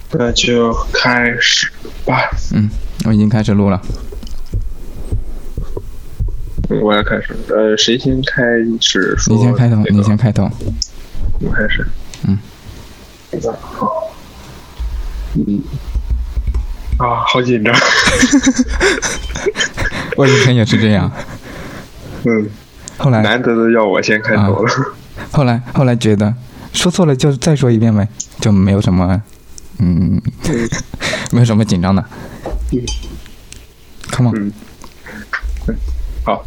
那就开始吧。 我已经开始录了。 我要开始。谁先开始说？ 你先开头，你先开头。 我开始。好。好紧张。 我以前也是这样。后来难得的要我先开头了。 后来觉得说错了就再说一遍呗，就没有什么，没有什么紧张的。Come on。 好。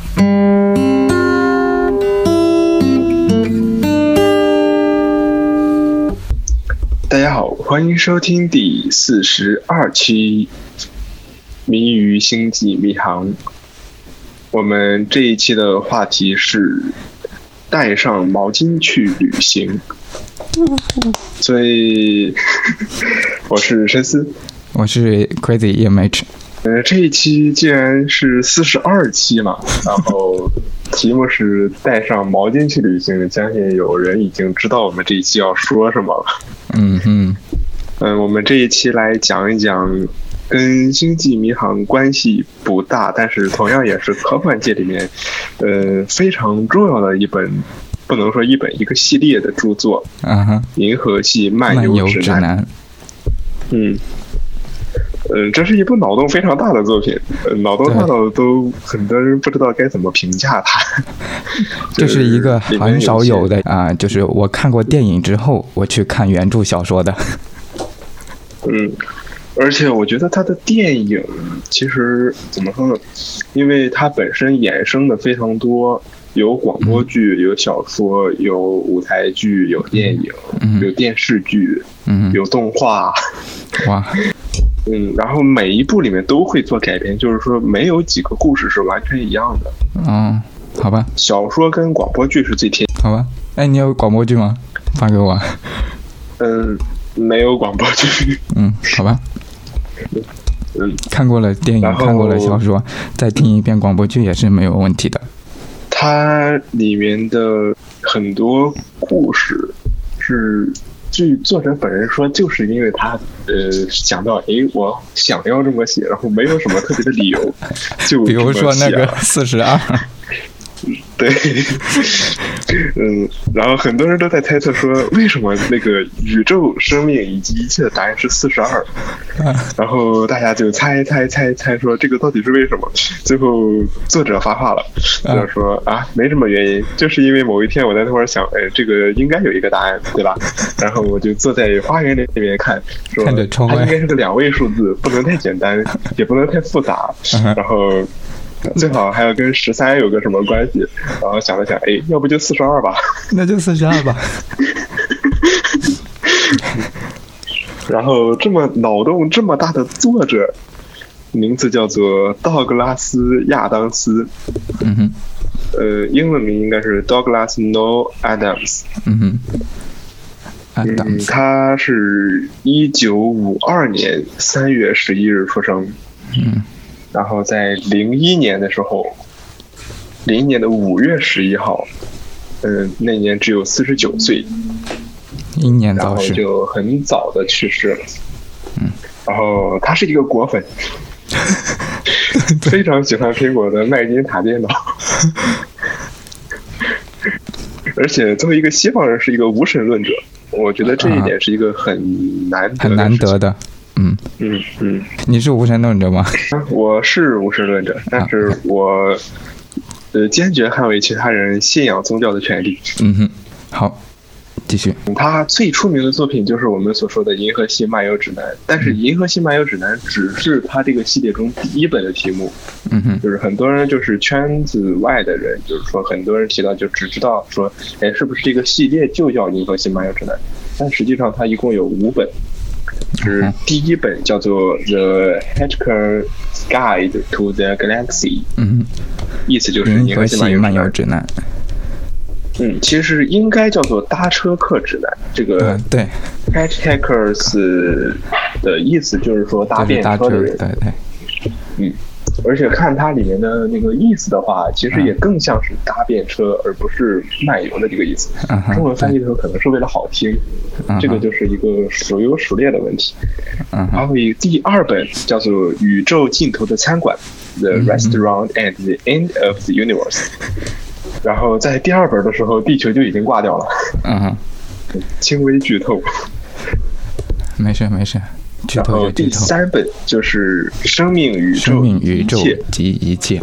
大家好，欢迎收听第42期谜语星际迷航。我们这一期的话题是带上毛巾去旅行。所以我是深思， 我是 Crazy EMH。 这一期既然是42期嘛，然后题目是带上毛巾去旅行，相信有人已经知道我们这一期要说什么了。我们这一期来讲一讲跟星际迷航关系不大，但是同样也是科幻界里面非常重要的一本，不能说一本，一个系列的著作。银河系漫游指南。这是一部脑洞非常大的作品，脑洞大到都很多人不知道该怎么评价它。 这是一个很少有的就是我看过电影之后，我去看原著小说的。 而且我觉得它的电影其实怎么说呢？因为它本身衍生的非常多，有广播剧，有小说，有舞台剧，有电影，有电视剧，有动画。 哇！ 然后每一部里面都会做改编，就是说没有几个故事是完全一样的。 好吧。 小说跟广播剧是最贴。 好吧。哎，你有广播剧吗？发给我。 没有广播剧。 好吧。看过了电影，看过了小说，再听一遍广播剧也是没有问题的。 它里面的很多故事是据作者本人说，就是因为他想到我想要这么写，然后没有什么特别的理由，就比如说那个42。 对。然后很多人都在猜测说，为什么那个宇宙生命以及一切的答案是42。然后大家就猜说这个到底是为什么。最后作者发话了，就说没什么原因，就是因为某一天我在那会儿想，这个应该有一个答案，对吧？然后我就坐在花园里面看，说它应该是个2位数字，不能太简单，也不能太复杂。然后最好还要跟13有个什么关系，然后想了想，要不就42吧。 那就42吧。 然后这么脑洞这么大的作者，名字叫做道格拉斯·亚当斯。英文名应该是 Douglas Noel Adams。他是1952年3月11日出生。然后在01年的时候，01年的5月11号，那年只有49岁， 英年早逝， 然后就很早的去世了。然后他是一个果粉，非常喜欢苹果的麦金塔电脑，而且作为一个西方人是一个无神论者，我觉得这一点是一个很难得的。你是无神论者吗？我是无神论者，但是我坚决捍卫其他人信仰宗教的权利。 好，继续。 他最出名的作品就是我们所说的《银河系漫游指南》，但是《银河系漫游指南》只是他这个系列中第一本的题目。就是很多人就是圈子外的人，就是说很多人提到就只知道说，是不是这个系列就叫《银河系漫游指南》？但实际上它一共有5本。是第一本叫做 The Hitchhiker's Guide to the Galaxy。意思就是银河系漫游指南。其实应该叫做搭车客指南。这个对 Hitchhikers 的意思就是说搭便车的人。 对。 而且看它里面的那个意思的话，其实也更像是搭便车，而不是漫游的这个意思。中文翻译的时候可能是为了好听，这个就是一个孰优孰劣的问题。还有第2本叫做《宇宙尽头的餐馆》The Restaurant at the End of the Universe。然后在第2本的时候，地球就已经挂掉了。轻微剧透。 没事。 然后第3本就是《生命宇宙及一切》。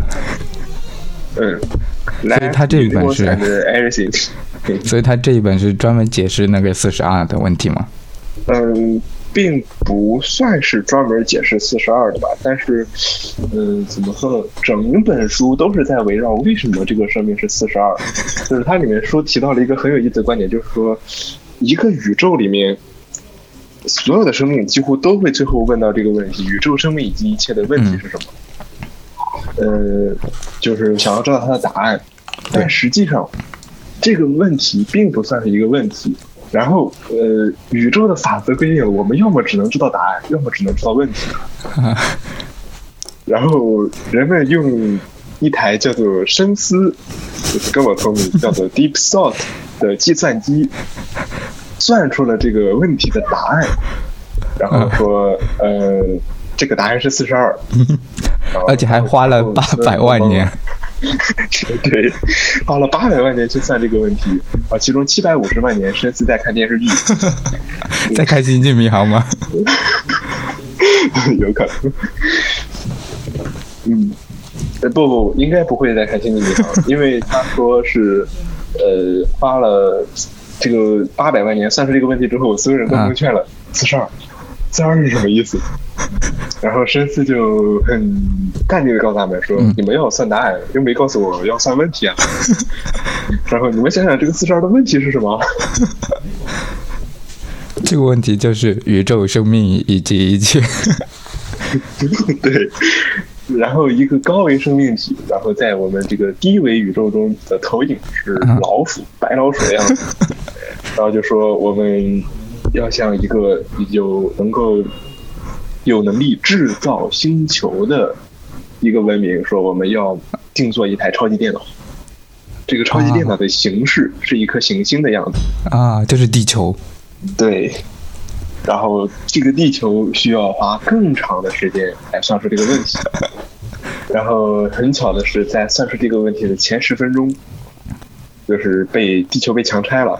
所以他这一本是，所以他这一本是专门解释那个42的问题吗？ 并不算是专门解释42的吧，但是，怎么说呢？整本书都是在围绕为什么这个生命是42，就是它里面提到了一个很有意思的观点，就是说，一个宇宙里面所有的生命几乎都会最后问到这个问题：宇宙生命以及一切的问题是什么？就是想要知道它的答案，但实际上这个问题并不算是一个问题。然后，宇宙的法则规定，我们要么只能知道答案，要么只能知道问题。然后人们用一台叫做深思，就是跟我同名叫做 Deep Thought 的计算机，算出了这个问题的答案。然后说，这个答案是42， 而且还花了800万年。 对，花了800万年去算这个问题啊，其中750万年深思在看电视剧， 在看《星际迷航》吗？ 有可能。不，应该不会在看《星际迷航》，因为他说是，花了这个800万年算出这个问题之后，所有人都蒙圈了。42是什么意思？然后深思就很淡定的告诉他们说：“你们要算答案，又没告诉我要算问题啊。”然后你们想想，这个42的问题是什么？ 这个问题就是宇宙、生命以及一切。 对。然后一个高维生命体，然后在我们这个低维宇宙中的投影是老鼠，白老鼠的样子。然后就说我们要像一个有能力制造星球的一个文明，说我们要定做一台超级电脑。这个超级电脑的形式是一颗行星的样子就是地球。 对。然后这个地球需要花更长的时间来算出这个问题。然后很巧的是，在算出这个问题的前10分钟，就是地球被强拆了。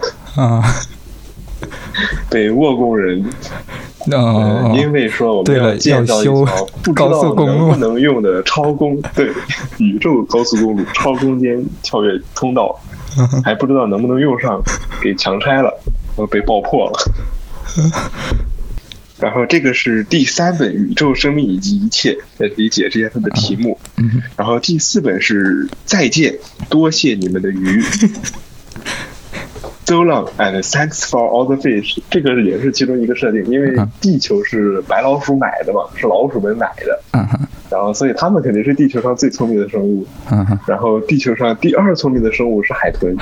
被沃工人因为说我们要建造一条不知道能不能用的宇宙高速公路超空间跳跃通道，还不知道能不能用上，给强拆了，然后被爆破了。然后这个是第3本《宇宙生命以及一切》，来理解这些它的题目。然后第4本是再见，多谢你们的鱼。So long and thanks for all the fish， 这个也是其中一个设定，因为地球是白老鼠买的嘛，是老鼠们买的，然后所以他们肯定是地球上最聪明的生物。然后地球上第2聪明的生物是海豚。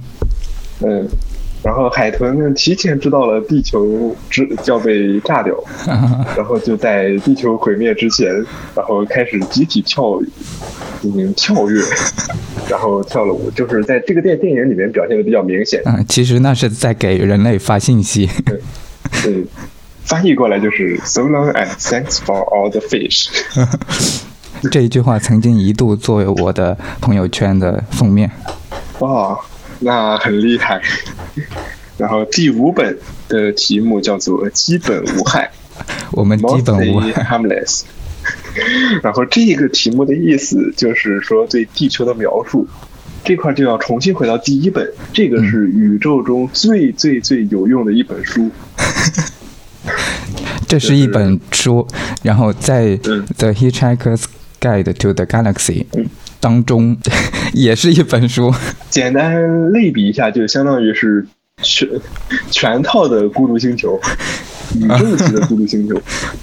然后海豚们提前知道了地球要被炸掉，然后就在地球毁灭之前，然后开始集体进行跳跃，然后跳了舞，就是在这个电影里面表现的比较明显。 其实那是在给人类发信息。 对，翻译过来就是 So long and thanks for all the fish。 这一句话曾经一度作为我的朋友圈的封面。 哇，那很厉害。然后第5本的题目叫做基本无害， 我们基本无害 harmless。然后这个题目的意思就是说对地球的描述，这块就要重新回到第1本，这个是宇宙中最最最有用的一本书。 这是一本书，然后在 The Hitchhiker's Guide to the Galaxy 当中也是一本书。 简单类比一下，就相当于是全套的孤独星球，宇宙级的孤独星球。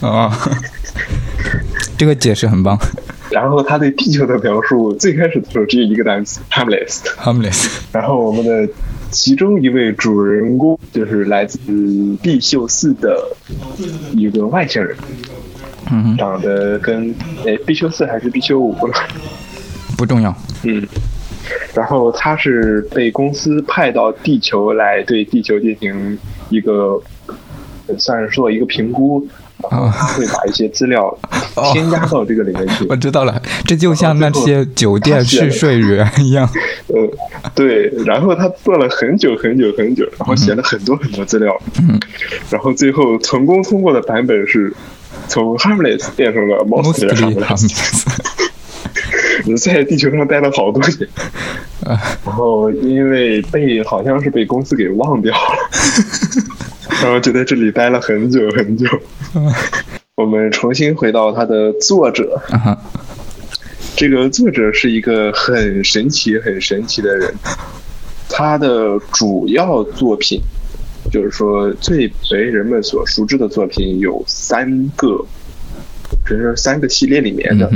这个解释很棒。 然后他对地球的描述，最开始的时候只有一个单词 harmless。然后我们的其中一位主人公就是来自毕秀4的一个外星人。 长得跟必修4还是必修5了， 不重要。 然后他是被公司派到地球来对地球进行一个算是做一个评估，然后他会把一些资料添加到这个里面去。 我知道了，这就像那些酒店试睡员一样。 对，然后他做了很久，然后写了很多资料，然后最后成功通过的版本是从 Harmless 变成了 Mostly Harmless。在地球上待了好多年，然后因为好像是被公司给忘掉了，然后就在这里待了很久。我们重新回到他的作者，这个作者是一个很神奇的人，他的主要作品就是说最为人们所熟知的作品有3个，这是3个系列里面的。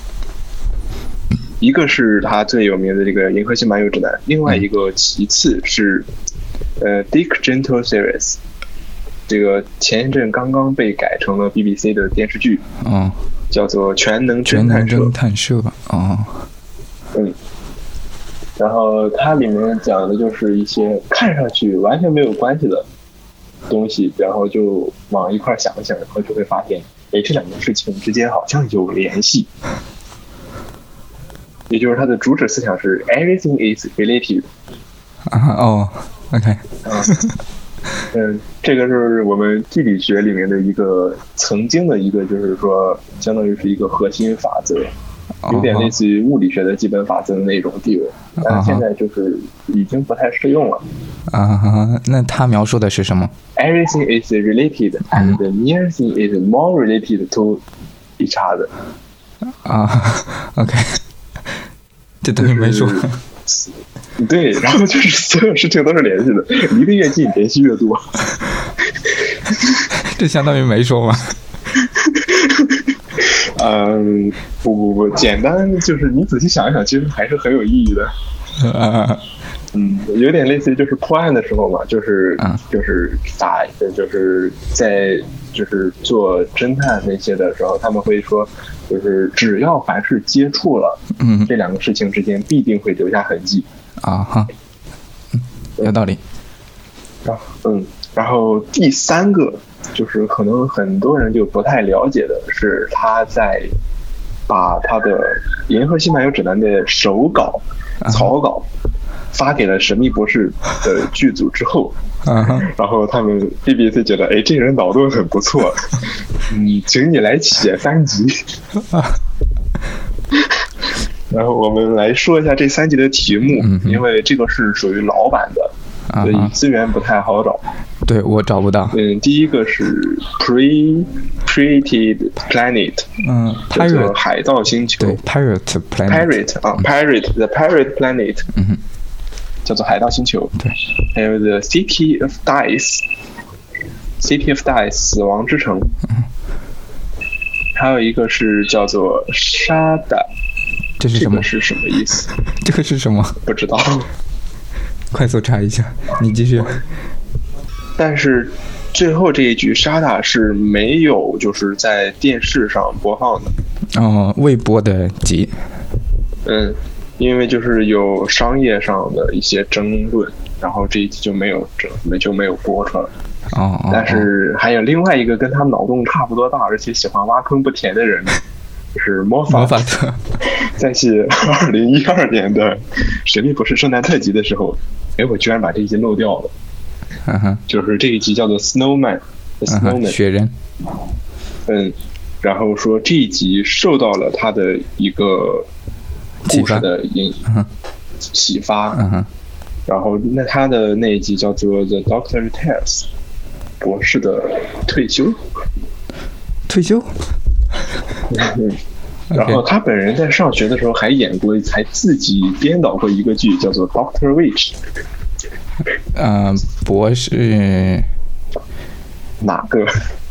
一个是他最有名的这个《银河系漫游指南》，另外一个其次是Dick Gentle Series， 这个前一阵刚刚被改成了 BBC 的电视剧，叫做《全能侦探社》。然后它里面讲的就是一些看上去完全没有关系的东西，然后就往一块想一想，然后就会发现，这2件事情之间好像有联系。也就是它的主旨思想是 everything is related。 OK。 这个是我们地理学里面的一个曾经的一个，就是说相当于是一个核心法则，有点类似于物理学的基本法则的那种地位，但现在就是已经不太适用了。 那它描述的是什么 ？Everything is related, and everything is more related to each other。 OK。这等于没说。 对，然后就是所有事情都是联系的，离得越近，联系越多。 这相当于没说吗？ 不，简单就是你仔细想一想，其实还是很有意义的。有点类似于就是破案的时候嘛，就是在做侦探那些的时候，他们会说，就是只要凡是接触了，这2个事情之间必定会留下痕迹。 有道理。 然后第3个就是可能很多人就不太了解的是，他在把他的《银河系漫游指南》的手稿、草稿发给了《神秘博士》的剧组之后，然后他们 BBC 觉得，这人脑洞很不错，请你来写3集。然后我们来说一下这3集的题目，因为这个是属于老版的，所以资源不太好找。 对，我找不到。 第一个是 Created Planet， 叫做海盗星球。 对 ，Pirate The Pirate Planet， 叫做海盗星球。 对， 还有 The City of Dice 死亡之城。还有一个是叫做沙达。 这是什么？ 这个是什么意思？ 这个是什么？ 不知道。 快速查一下，你继续。 但是最后这一局沙达是没有就是在电视上播放的。 未播的集。 因为就是有商业上的一些争论，然后这一集就没有播出来。但是还有另外一个跟他脑洞差不多大，而且喜欢挖坑不填的人，就是魔法特。在写2012年的《神秘博士圣诞特辑》的时候，我居然把这一集漏掉了。就是这一集叫做 Snowman， 雪人。 然后说这一集受到了他的一个故事的启发。然后那他的那一集叫做 The Doctor Retires， 博士的退休。然后他本人在上学的时候还自己编导过一个剧，叫做 Doctor Witch。 博士哪个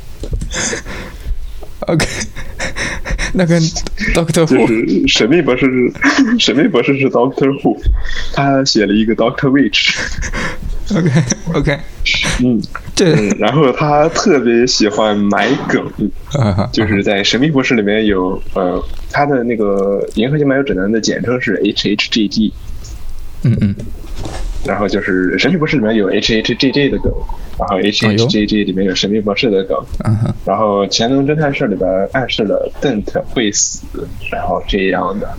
？OK， 那个 Doctor Who， 就是神秘博士是 Doctor Who， 他写了一个 Doctor Witch。 OK， 然后他特别喜欢埋梗，就是在《神秘博士》里面有他的那个《银河系漫游指南》的简称是 HHGG， 然后就是《神秘博士》里面有 HHGG 的梗，然后 HHGG 里面有《神秘博士》的梗，然后《潜能侦探社》里边暗示了 Dent 会死，然后这样的，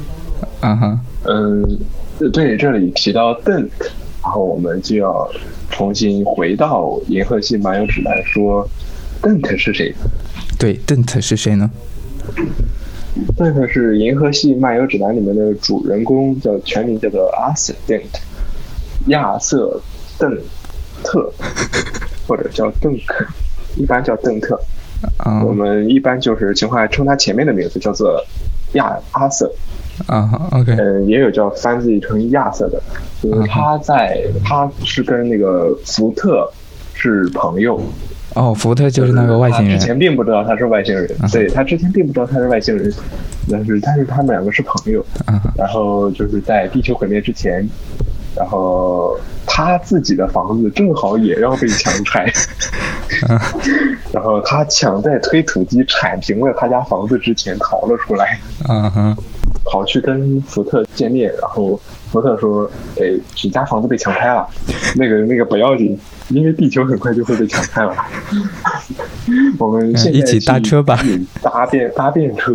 对，这里提到 Dent， 然后我们就要重新回到《银河系漫游指南》说 Dent 是谁？ 对 ，Dent 是谁呢 ？Dent 是《银河系漫游指南》里面的主人公，全名叫做 Arthur Dent， 亚瑟·邓特，或者叫邓肯，一般叫邓特。我们一般就是情况下称他前面的名字叫做阿瑟。 OK， 也有叫翻译成亚瑟的，就是他是跟那个福特是朋友。 福特就是那个外星人。 他之前并不知道他是外星人，对，他之前并不知道他是外星人，但是他们两个是朋友。然后就是在地球毁灭之前，然后他自己的房子正好也要被强拆，然后他抢在推土机铲平了他家房子之前逃了出来。跑去跟福特见面，然后福特说：“你家房子被强拆了，那个不要紧，因为地球很快就会被强拆了。我们现在一起搭车吧， 搭便车。”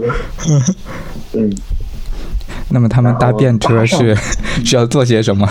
那么他们搭便车是要做些什么？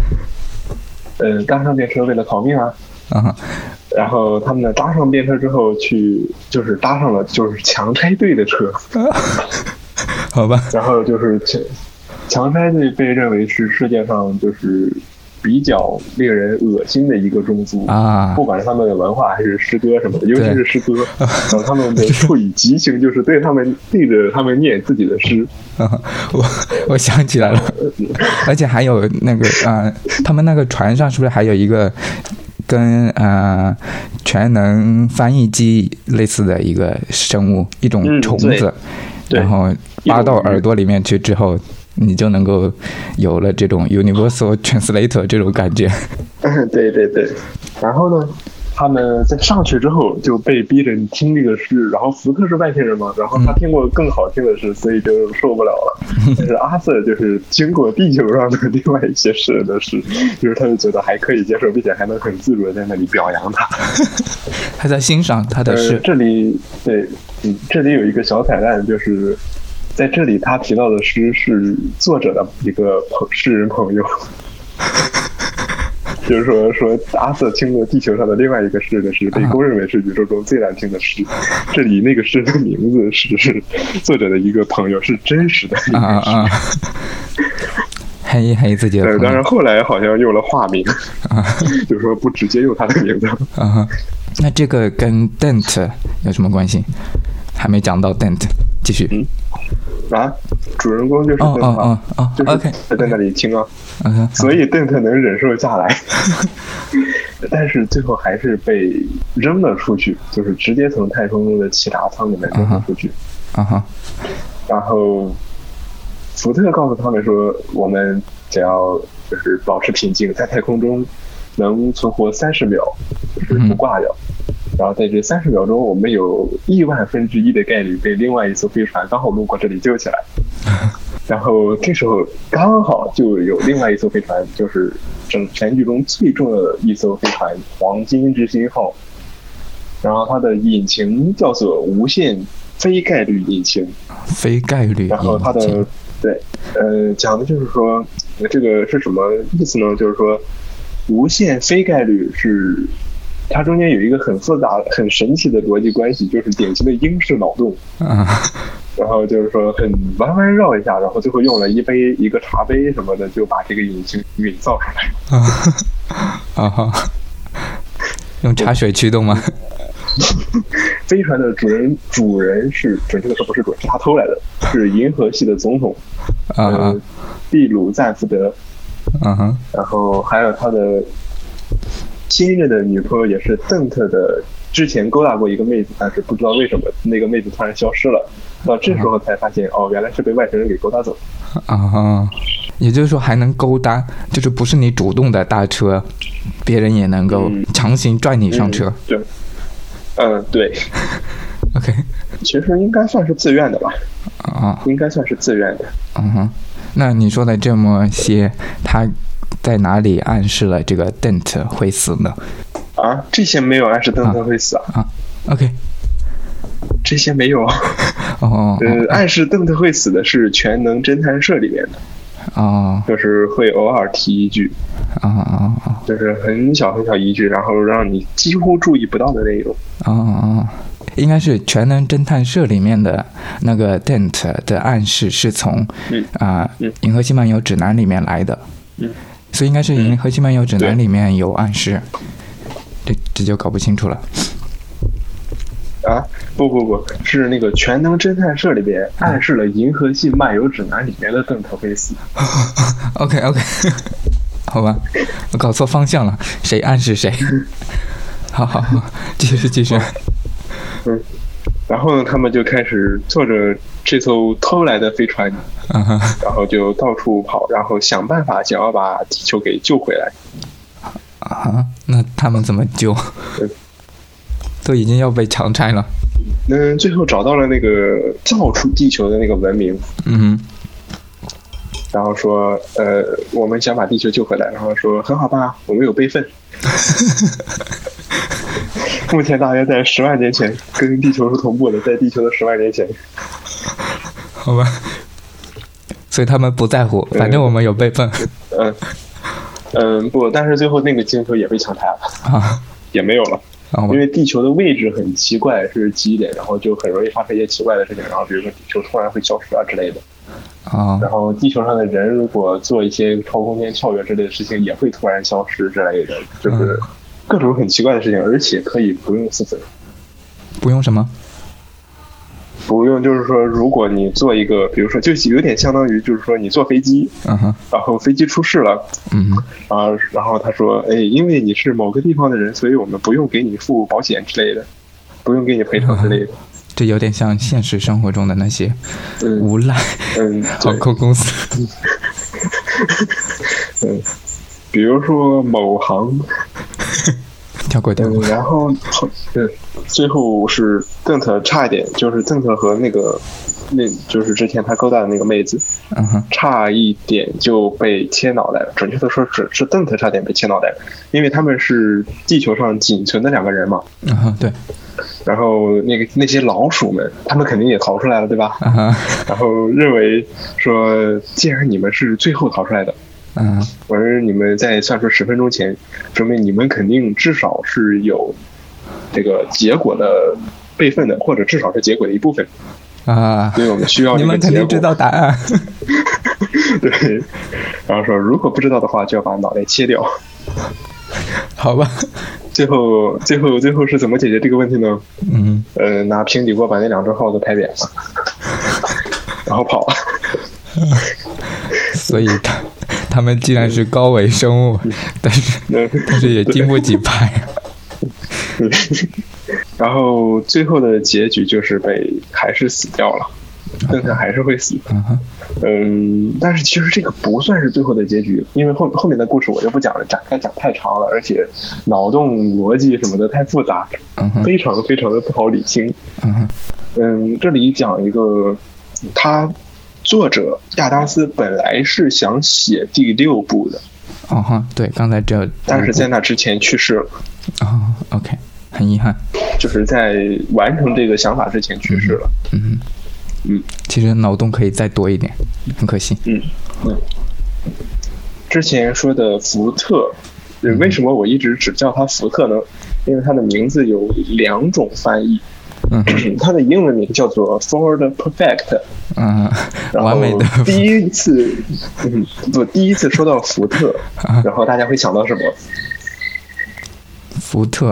搭上便车为了逃命啊。然后他们搭上便车之后就是搭上了就是强拆队的车。 好吧， 然后就是强拆队被认为是世界上就是比较令人恶心的一个种族不管是他们的文化还是诗歌什么的，尤其是诗歌，然后他们的处以极刑，就是对着他们念自己的诗。 我想起来了，而且还有那个他们那个船上是不是还有一个跟全能翻译机类似的一个生物，一种虫子？然后扒到耳朵里面去之后，你就能够有了这种 universal translator 这种感觉。 对。然后呢，他们在上去之后就被逼着听这个诗，然后福特是外星人嘛，然后他听过更好听的诗，所以就受不了了。但是阿瑟就是经过地球上的另外一些诗人的诗，就是他就觉得还可以接受，并且还能很自如的在那里表扬他。 他在欣赏他的诗。 这里有一个小彩蛋，就是在这里他提到的诗是作者的一个诗人朋友。就是说阿瑟听过地球上的另外一个诗的诗，被公认为是宇宙中最难听的诗。这里那个诗的名字是作者的一个朋友，是真实的一个诗。 黑自己的朋友。 当然后来好像用了化名，就是说不直接用他的名字。 那这个跟 Dent 有什么关系？还没讲到 Dent， 继续。 主人公就是就是在那里听所以 Dent 能忍受下来，但是最后还是被扔了出去，就是直接从太空中的气闸舱里面扔了出去。然后福特告诉他们说，我们只要就是保持平静，在太空中能存活30秒，就是不挂掉。然后在这30秒钟，我们有1/1000的概率被另外一艘飞船刚好路过这里救起来。然后这时候刚好就有另外一艘飞船，就是全剧中最重要的一艘飞船——黄金之星号。然后它的引擎叫做无限非概率引擎。 非概率引擎。 然后它的讲的就是说，这个是什么意思呢？就是说，无限非概率是它中间有一个很复杂、很神奇的逻辑关系，就是典型的英式脑洞。然后就是说很弯弯绕一下，然后最后用了一个茶杯什么的，就把这个引擎给造出来。 用茶水驱动吗？ 飞船的主人是，准确的说不是主人，是他偷来的，是银河系的总统，秘鲁赞福德。然后还有他的新任的女朋友也是邓特的，之前勾搭过一个妹子，但是不知道为什么那个妹子突然消失了，到这时候才发现原来是被外星人给勾搭走。 也就是说还能勾搭，就是不是你主动的搭车，别人也能够强行拽你上车。 对，对。 OK， 其实应该算是自愿的吧？应该算是自愿的。 那你说的这么些，他在哪里暗示了这个 Dent 会死呢？ 这些没有暗示邓特会死 OK， 这些没有。暗示邓特会死的是《全能侦探社》里面的。就是会偶尔提一句。就是很小很小一句，然后让你几乎注意不到的内容。 应该是《全能侦探社》里面的那个 Dent 的暗示是从银河系漫游指南里面来的。所以应该是银河系漫游指南里面有暗示。这就搞不清楚了。 不，是那个《全能侦探社》里边暗示了银河系漫游指南里面的邓特会死。 OK， 好吧，我搞错方向了，谁暗示谁？好，继续。 然后呢，他们就开始坐着这艘偷来的飞船，然后就到处跑，然后想办法想要把地球给救回来。 那他们怎么救？都已经要被强拆了。 最后找到了那个造出地球的那个文明。然后说，我们想把地球救回来。然后说，很好吧，我们有备份。目前大约在10万年前，跟地球是同步的，在地球的10万年前。 好吧，所以他们不在乎，反正我们有备份。 不，但是最后那个星球也被强拆了，也没有了。因为地球的位置很奇怪，是极点，然后就很容易发生一些奇怪的事情，然后比如说地球突然会消失之类的。然后地球上的人如果做一些超空间跳跃之类的事情，也会突然消失之类的，就是各种很奇怪的事情，而且可以不用死。 不用什么？ 不用，就是说，如果你做一个，比如说，就有点相当于，就是说，你坐飞机，然后飞机出事了，然后他说，因为你是某个地方的人，所以我们不用给你付保险之类的，不用给你赔偿之类的。 这有点像现实生活中的那些无赖航空公司。 比如说某航。 跳过。 然后最后是邓特差一点，就是邓特和那就是之前他勾搭的那个妹子，差一点就被切脑袋了。准确的说是邓特差点被切脑袋，因为他们是地球上仅存的2个人嘛。 对。 然后那些老鼠们，他们肯定也逃出来了，对吧？然后认为说，既然你们是最后逃出来的。而你们在算出10分钟前，说明你们肯定至少是有这个结果的备份的，或者至少是结果的一部分所以我们需要这个结果。你们肯定知道答案。 对，然后说如果不知道的话，就要把脑袋切掉。 好吧。 最后是怎么解决这个问题呢？拿平底锅把那2只耗子拍扁了，然后跑了。所以他们既然是高维生物，但是也经不起拍。 然后最后的结局就是还是死掉了，邓特还是会死。但是其实这个不算是最后的结局，因为后面的故事我就不讲了，展开讲太长了，而且脑洞逻辑什么的太复杂，非常非常的不好理清。这里讲一个作者亚当斯本来是想写第6部的。 对，刚才但是在那之前去世了。 OK， 很遗憾， 就是在完成这个想法之前去世了。 其实脑洞可以再多一点，很可惜。 之前说的福特，为什么我一直只叫他福特呢？因为他的名字有2种翻译。他的英文名叫做 Ford Perfect。 完美的。 第一次说到福特，然后大家会想到什么？ 福特。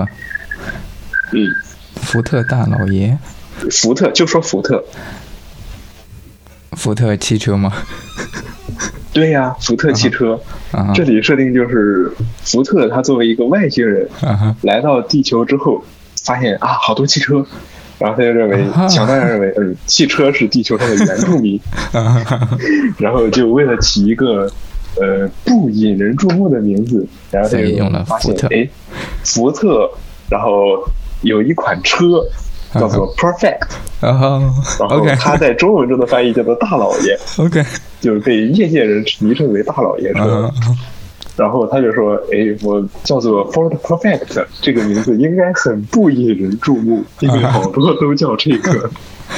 福特大老爷。 福特就说福特。 福特汽车吗？ 对呀，福特汽车。这里设定就是福特他作为一个外星人，来到地球之后，发现好多汽车， 然后他就认为，想当然认为，汽车是地球上的原住民，然后就为了起一个不引人注目的名字，然后他就发现，哎，福特，然后有一款车叫做 Perfect， 然后他在中文中的翻译叫做大老爷，OK， 就是被业界人昵称为大老爷车。然后他就说：“哎，我叫做 Ford Perfect， 这个名字应该很不引人注目，因为好多都叫这个。”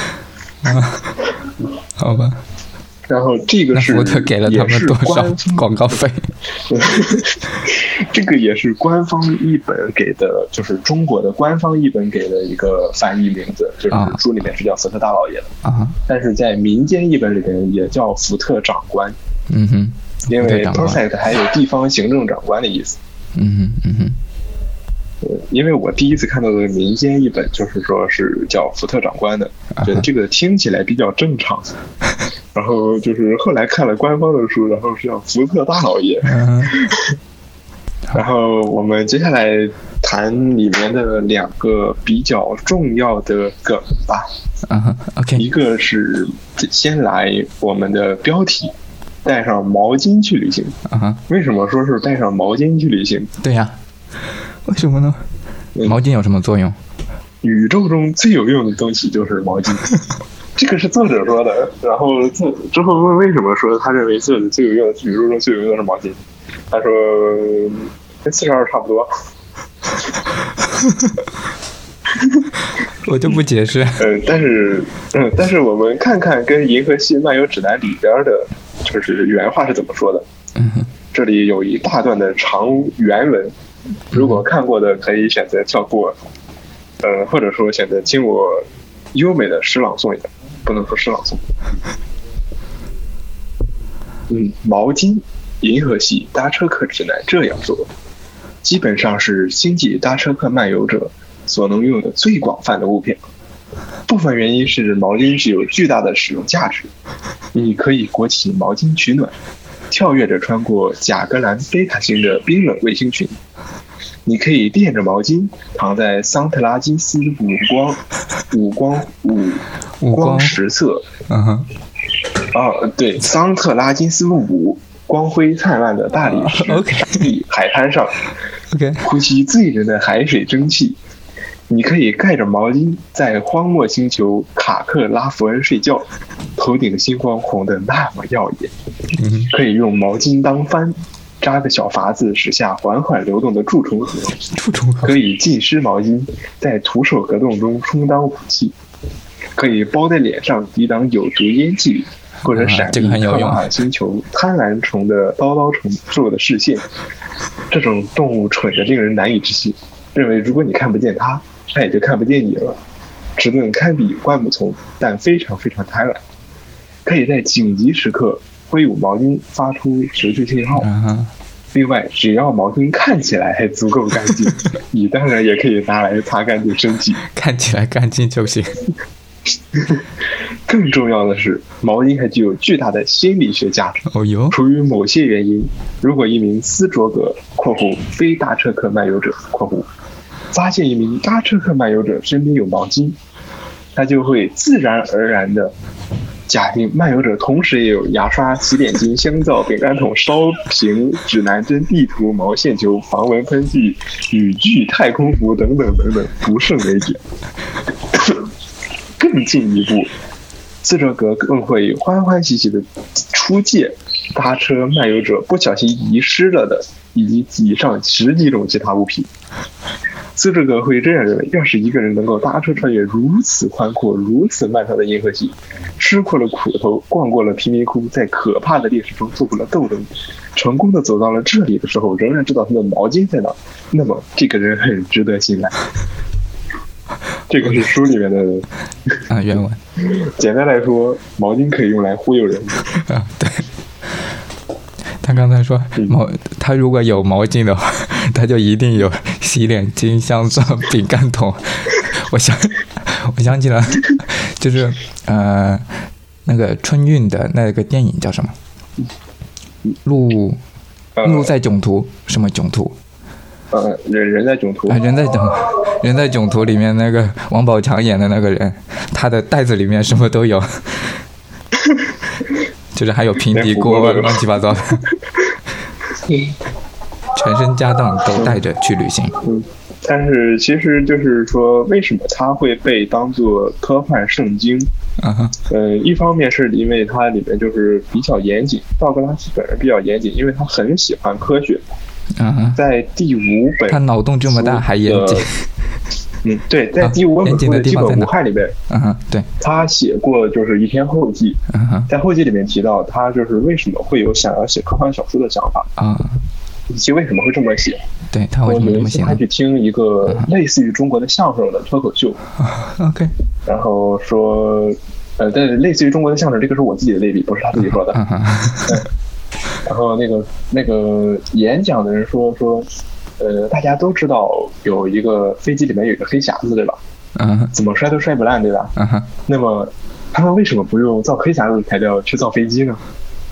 好吧。 然后这个是福特给了他们多少广告费？ 这个也是官方译本给的，就是中国的官方译本给的一个翻译名字，就是书里面是叫福特大老爷的但是在民间译本里面也叫福特长官。因为 perfect 还有地方行政长官的意思。因为我第一次看到的民间译本就是说是叫福特长官的，觉得这个听起来比较正常。然后就是后来看了官方的书，然后是叫福特大老爷。然后我们接下来谈里面的2个比较重要的梗吧。 OK， 一个是先来我们的标题。带上毛巾去旅行为什么说是带上毛巾去旅行？ 对呀，为什么呢？毛巾有什么作用？ 宇宙中最有用的东西就是毛巾。这个是作者说的，然后之后问为什么说他认为最有用的宇宙中最有用的是毛巾，他说跟42差不多。 我就不解释。 但是我们看看跟《银河系漫游指南》里边的就是原话是怎么说的。这里有一大段的长原文，如果看过的可以选择跳过，或者说选择听我优美的诗朗诵一下，不能说诗朗诵。毛巾，银河系搭车客指南这样说，基本上是星际搭车客漫游者所能用的最广泛的物品。部分原因是毛巾具有巨大的使用价值，你可以裹起毛巾取暖，跳跃着穿过甲格兰贝塔星的冰冷卫星群。你可以垫着毛巾躺在桑特拉金斯五光十色，对，桑特拉金斯5光辉灿烂的大理石海滩上，呼吸醉人的海水蒸汽。你可以盖着毛巾在荒漠星球卡克拉弗恩睡觉，头顶星光红得那么耀眼。可以用毛巾当帆，扎个小筏子驶下缓缓流动的蛀虫河。可以浸湿毛巾，在徒手格斗中充当武器。可以包在脸上抵挡有毒烟气，或者闪避特拉尔星球贪婪虫的叨叨虫兽的视线。这种动物蠢得令人难以置信，认为如果你看不见它，它也就看不见你了。迟钝堪比灌木丛，但非常非常贪婪。可以在紧急时刻挥舞毛巾发出求救信号。另外，只要毛巾看起来还足够干净，你当然也可以拿来擦干净身体。 看起来干净就行。 更重要的是，毛巾还具有巨大的心理学价值。出于某些原因，如果一名斯卓格（非搭车客漫游者）发现一名搭车客漫游者身边有毛巾，他就会自然而然的假定漫游者同时也有牙刷、洗脸巾、香皂、饼干桶、烧瓶、指南针、地图、毛线球、防蚊喷剂、雨具、太空服等等等等，不胜枚举。更进一步，斯卓格更会欢欢喜喜的出借搭车漫游者不小心遗失了的以及以上10几种其他物品。斯卓格会这样认为，要是一个人能够搭车穿越如此宽阔如此漫长的银河系，吃过了苦头，逛过了贫民窟，在可怕的烈士中做过了斗争，成功的走到了这里的时候仍然知道他的毛巾在哪，那么这个人很值得信赖。这个是书里面的原文。 简单来说，毛巾可以用来忽悠人。 对。他刚才说他如果有毛巾的话，他就一定有洗脸巾、香皂、饼干桶。我想起了，就是那个春运的那个电影叫什么？路在囧途，什么囧途？ 人在囧途啊，人在囧途里面那个王宝强演的那个人，他的袋子里面什么都有，就是还有平底锅乱七八糟的，全身家当都带着去旅行。 但是其实就是说，为什么它会被当作科幻圣经？一方面是因为它里面就是比较严谨，道格拉斯本人比较严谨，因为他很喜欢科学。在第5本， 他脑洞这么大还严谨。 对，在第5本书的基本无害里面， 对， 他写过就是一篇后记，在后记里面提到他就是为什么会有想要写科幻小说的想法以及为什么会这么写。 对，他为什么这么写呢？ 他去听一个类似于中国的相声的脱口秀 ，OK， 然后说，但类似于中国的相声，这个是我自己的类比，不是他自己说的。然后那个演讲的人说，大家都知道有一个飞机里面有一个黑匣子，对吧？怎么摔都摔不烂，对吧？那么他们为什么不用造黑匣子的材料去造飞机呢？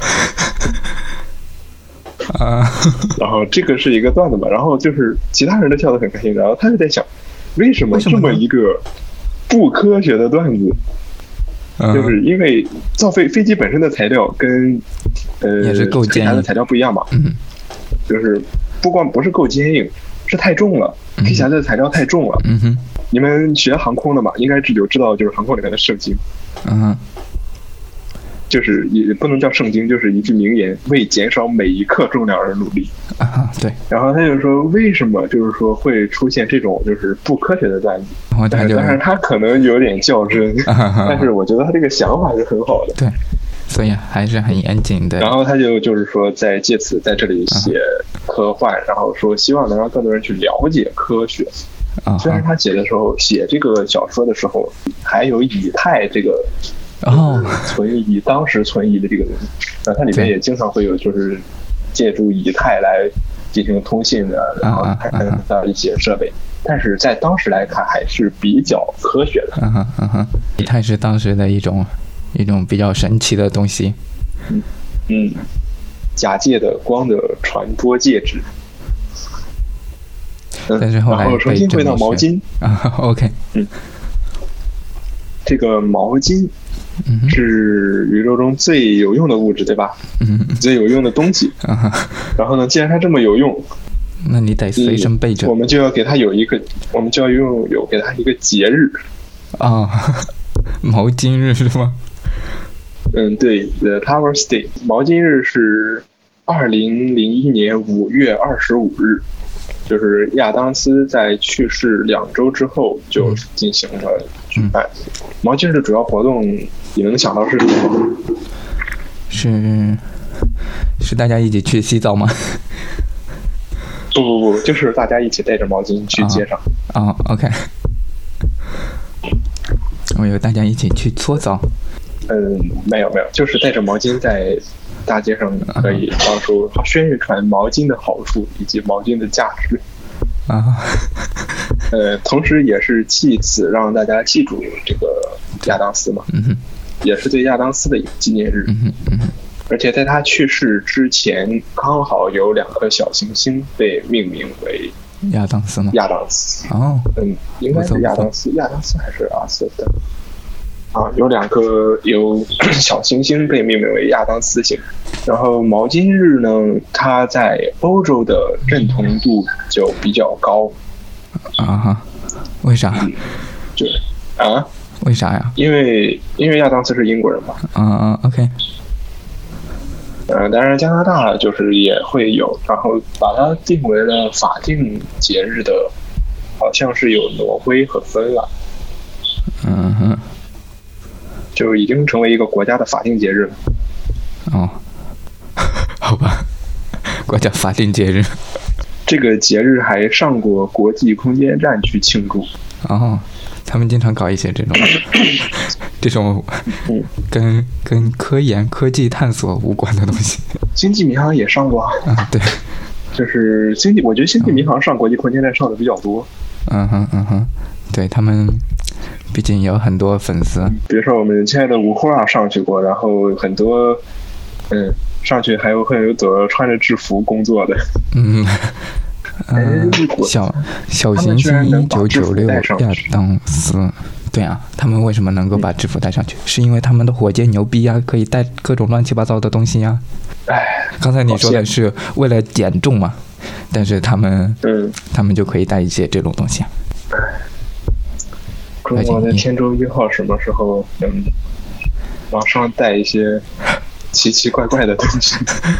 然后这个是一个段子嘛，然后就是其他人都笑得很开心，然后他就在想，为什么这么一个不科学的段子，就是因为造飞机本身的材料跟也是够坚硬的材料不一样嘛，就是不是够坚硬，是太重了，黑匣子的材料太重了。你们学航空的嘛，应该知道就是航空里面的圣经。就是也不能叫圣经，就是一句名言，为减少每一克重量而努力。 对。 然后他就说，为什么就是说会出现这种就是不科学的段子？但是他可能有点较真，但是我觉得他这个想法是很好的。 对，所以还是很严谨的。 然后他就是说，借此在这里写科幻，然后说希望能让更多人去了解科学。虽然他写这个小说的时候，还有以太这个。当时存疑的这个人，然后它里面也经常会有就是借助以太来进行通信的，然后看到一些设备，但是在当时来看还是比较科学的。 以太是当时的一种比较神奇的东西。 假借的光的传播介质。 但是后来然后重新回到毛巾。 OK。 这个毛巾。是宇宙中最有用的物质，对吧？最有用的东西。然后呢，既然它这么有用， 那你得随身备着。 我们就要给它有给它一个节日。 毛巾日是吗？ 对 ，The Towers Day， 毛巾日是2001年5月25日，就是亚当斯在去世2周之后就进行了举办。毛巾日的主要活动，你能想到是什么吗？ 是大家一起去洗澡吗？ 不，就是大家一起带着毛巾去街上。 OK。我以为大家一起去搓澡。 没有，就是带着毛巾在大街上可以到时候宣传毛巾的好处以及毛巾的价值。同时也是借此让大家记住这个亚当斯嘛，也是对亚当斯的一个纪念日。而且在他去世之前，刚好有2颗小行星被命名为亚当斯吗？ 亚当斯。应该是亚当斯还是阿瑟登？有2颗有小行星被命名为亚当斯星。然后毛巾日呢，它在欧洲的认同度就比较高。 为啥？为啥呀？ 因为亚当斯是英国人嘛。 OK。 当然加拿大就是也会有，然后把它定为了法定节日的，好像是有挪威和芬兰。就已经成为一个国家的法定节日了。 好吧，国家法定节日。 这个节日还上过国际空间站去庆祝。 他们经常搞一些这种跟科研、科技探索无关的东西。 星际迷航也上过。 对， 就是我觉得星际迷航上国际空间站上的比较多。 对，他们毕竟有很多粉丝。 比如说我们亲爱的吴库啊上去过，然后很多上去还会有穿着制服工作的。 小行星1996亚当斯。对啊，他们为什么能够把制服带上去？是因为他们的火箭牛逼啊，可以带各种乱七八糟的东西啊。刚才你说的是为了减重嘛，但是他们就可以带一些这种东西啊。 中国的天舟1号什么时候能往上带一些奇奇怪怪的东西？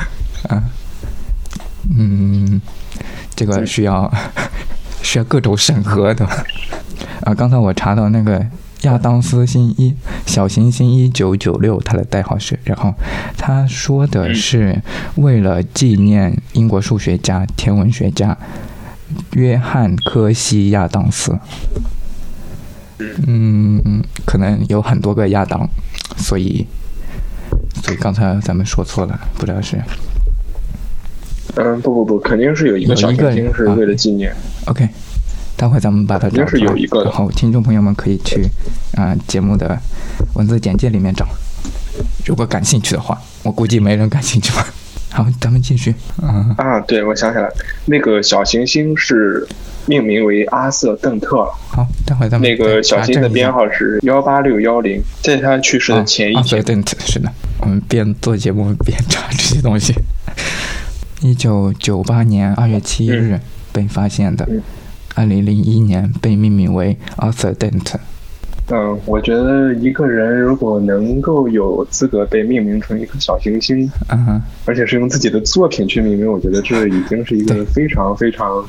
这个需要各种审核的。刚才我查到那个亚当斯星小行星1996，它的代号是，然后他说的是为了纪念英国数学家、天文学家约翰科西亚当斯。可能有很多个亚当，所以刚才咱们说错了，不知道是。 不，肯定是有一个小行星是为了纪念。 OK。待会咱们把它找出来，然后听众朋友们可以去节目的文字简介里面找，如果感兴趣的话，我估计没人感兴趣吧。好，咱们继续。 对，我想起来，那个小行星是命名为阿瑟邓特了。 好，待会咱们那个小行星的编号是18610，在他去世的前一天。 阿瑟邓特是的，我们边做节目边查这些东西。1998年2月7日被发现的。2001年被命名为 Arthur Dent。 我觉得一个人如果能够有资格被命名成一颗小行星，而且是用自己的作品去命名，我觉得这已经是一个非常非常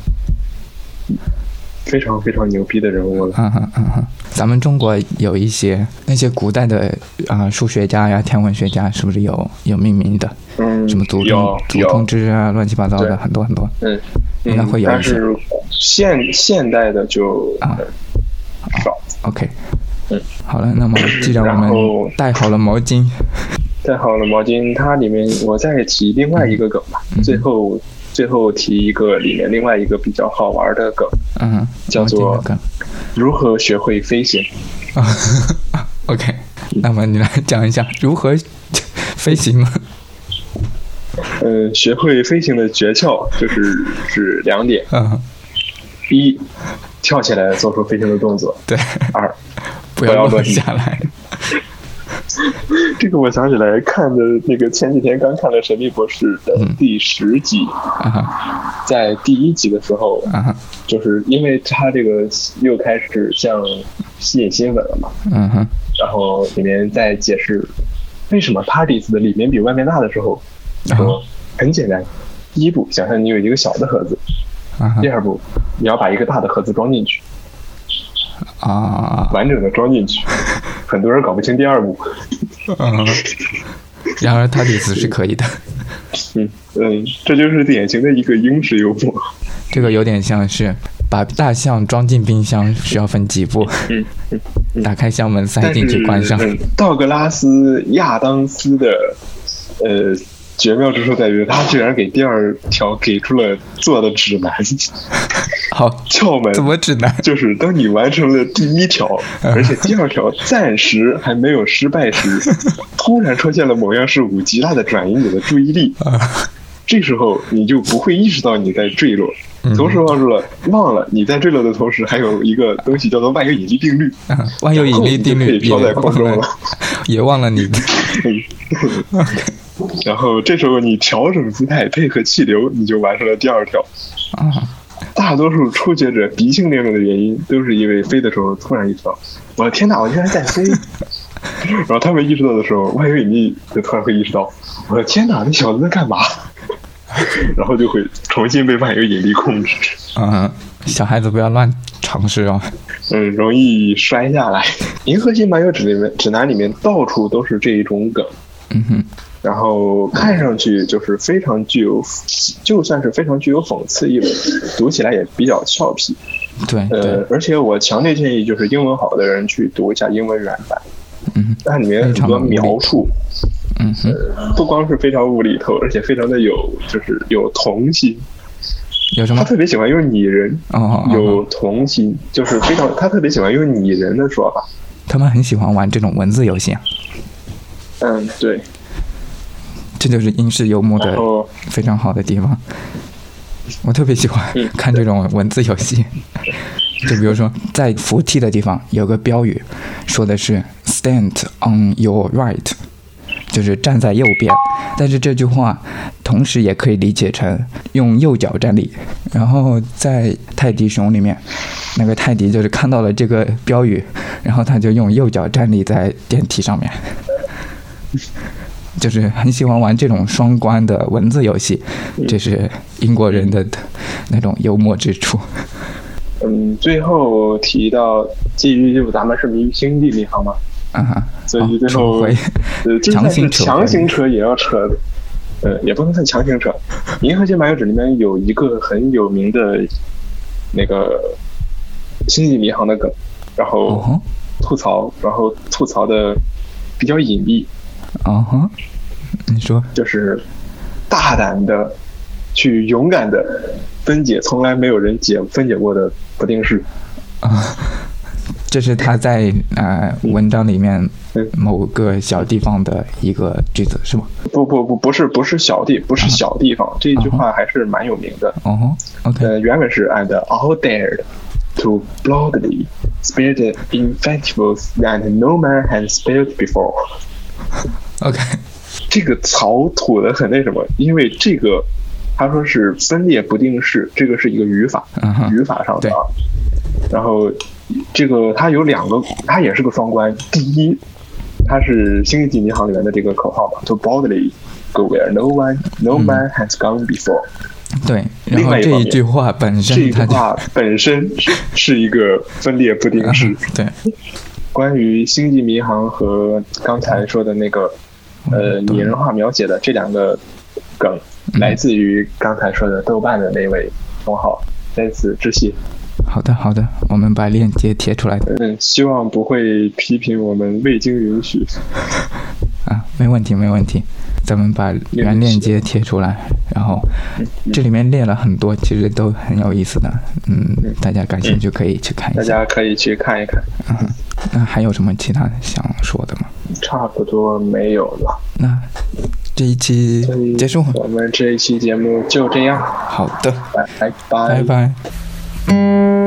非常非常牛逼的人物了。 咱们中国有一些那些古代的数学家呀、天文学家，是不是有命名的？什么祖冲之啊，乱七八糟的很多很多。应该会有一些。 但是现代的就少。 OK。好了，那么既然我们带好了毛巾， 它里面我再提另外一个梗吧。最后提一个里面另外一个比较好玩的梗，叫做如何学会飞行。 OK， 那么你来讲一下如何飞行呢？ 学会飞行的诀窍是2点。1，跳起来做出飞行的动作。 对。 2， 不要落下来。 这个我想起来看的那个前几天刚看了《神秘博士》的第10集，在第1集的时候，就是因为他这个又开始像吸引新粉了嘛，然后里面在解释为什么 TARDIS 的里面比外面大的时候，说很简单，第1步想象你有一个小的盒子，第2步你要把一个大的盒子装进去，完整的装进去。很多人搞不清第2步。 然而TARDIS是可以的。 这就是典型的一个英式幽默。 这个有点像是把大象装进冰箱需要分几步。打开箱门塞进去关上。 道格拉斯亚当斯的绝妙之处在于，他居然给第2条给出了做的指南。 好， 窍门怎么指南？ 就是当你完成了第1条，而且第2条暂时还没有失败时，突然出现了某样事物极大的转移你的注意力，这时候你就不会意识到你在坠落，同时忘了你在坠落的同时还有一个东西叫做万有引力定律。 万有引力定律飘在空中了， 也忘了你。 然后这时候你调整姿态配合气流，你就完成了第2条。大多数初学者鼻青脸肿的原因都是因为飞的时候突然意识到，我的天哪，我竟然在飞。然后他们意识到的时候，万有引力就突然会意识到，我的天哪，那小子在干嘛。然后就会重新被万有引力控制。 小孩子不要乱尝试哦。 容易摔下来。银河系漫游指南里面到处都是这一种梗。然后看上去就是非常具有，就算是非常具有讽刺意味，读起来也比较俏皮。 对。 而且我强烈建议就是英文好的人去读一下英文原版。它里面很多描述，不光是非常无厘头，而且非常的就是有童心。 有什么？ 他特别喜欢用拟人。有童心，就是他特别喜欢用拟人的说法。 他们很喜欢玩这种文字游戏啊。 对。 这就是英式幽默的非常好的地方。 我特别喜欢看这种文字游戏。就比如说在扶梯的地方有个标语，说的是 Stand on your right， 就是站在右边，但是这句话同时也可以理解成用右脚站立。然后在泰迪熊里面，那个泰迪就是看到了这个标语，然后他就用右脚站立在电梯上面。就是很喜欢玩这种双关的文字游戏，这是英国人的那种幽默之处。 最后提到基于就咱们是星际迷航嘛，所以最后强行扯也要扯，也不能算强行扯。银河系漫游者里面有一个很有名的那个星际迷航的梗，然后吐槽的比较隐蔽。 你说就是大胆的去勇敢的分解从来没有人分解过的不定式。 这是他在文章里面某个小地方的一个句子是吗？ 不是小地方，这一句话还是蛮有名的。 OK， 原本是 and all dared to boldly spill the infectables that no man had spilled before。 OK， 这个槽吐的很那什么，因为这个他说是分裂不定式，这个是一个语法上的啊。然后这个它有两个，它也是个双关。第一，它是星际迷航里面的这个口号嘛 ，to boldly go where no man has gone before。 对，然后这一句话本身是一个分裂不定式。 对， 关于星际迷航和刚才说的那个拟人化描写的这两个梗，来自于刚才说的豆瓣的那位同好，在此致谢。 好的，我们把链接贴出来。 希望不会批评我们未经允许。 没问题，咱们把原链接贴出来，然后这里面列了很多，其实都很有意思的。大家感兴趣可以去看一下。 大家可以去看一看。 那还有什么其他想说的吗？ 差不多没有了。 那这一期结束， 我们这一期节目就这样。 好的， 拜拜。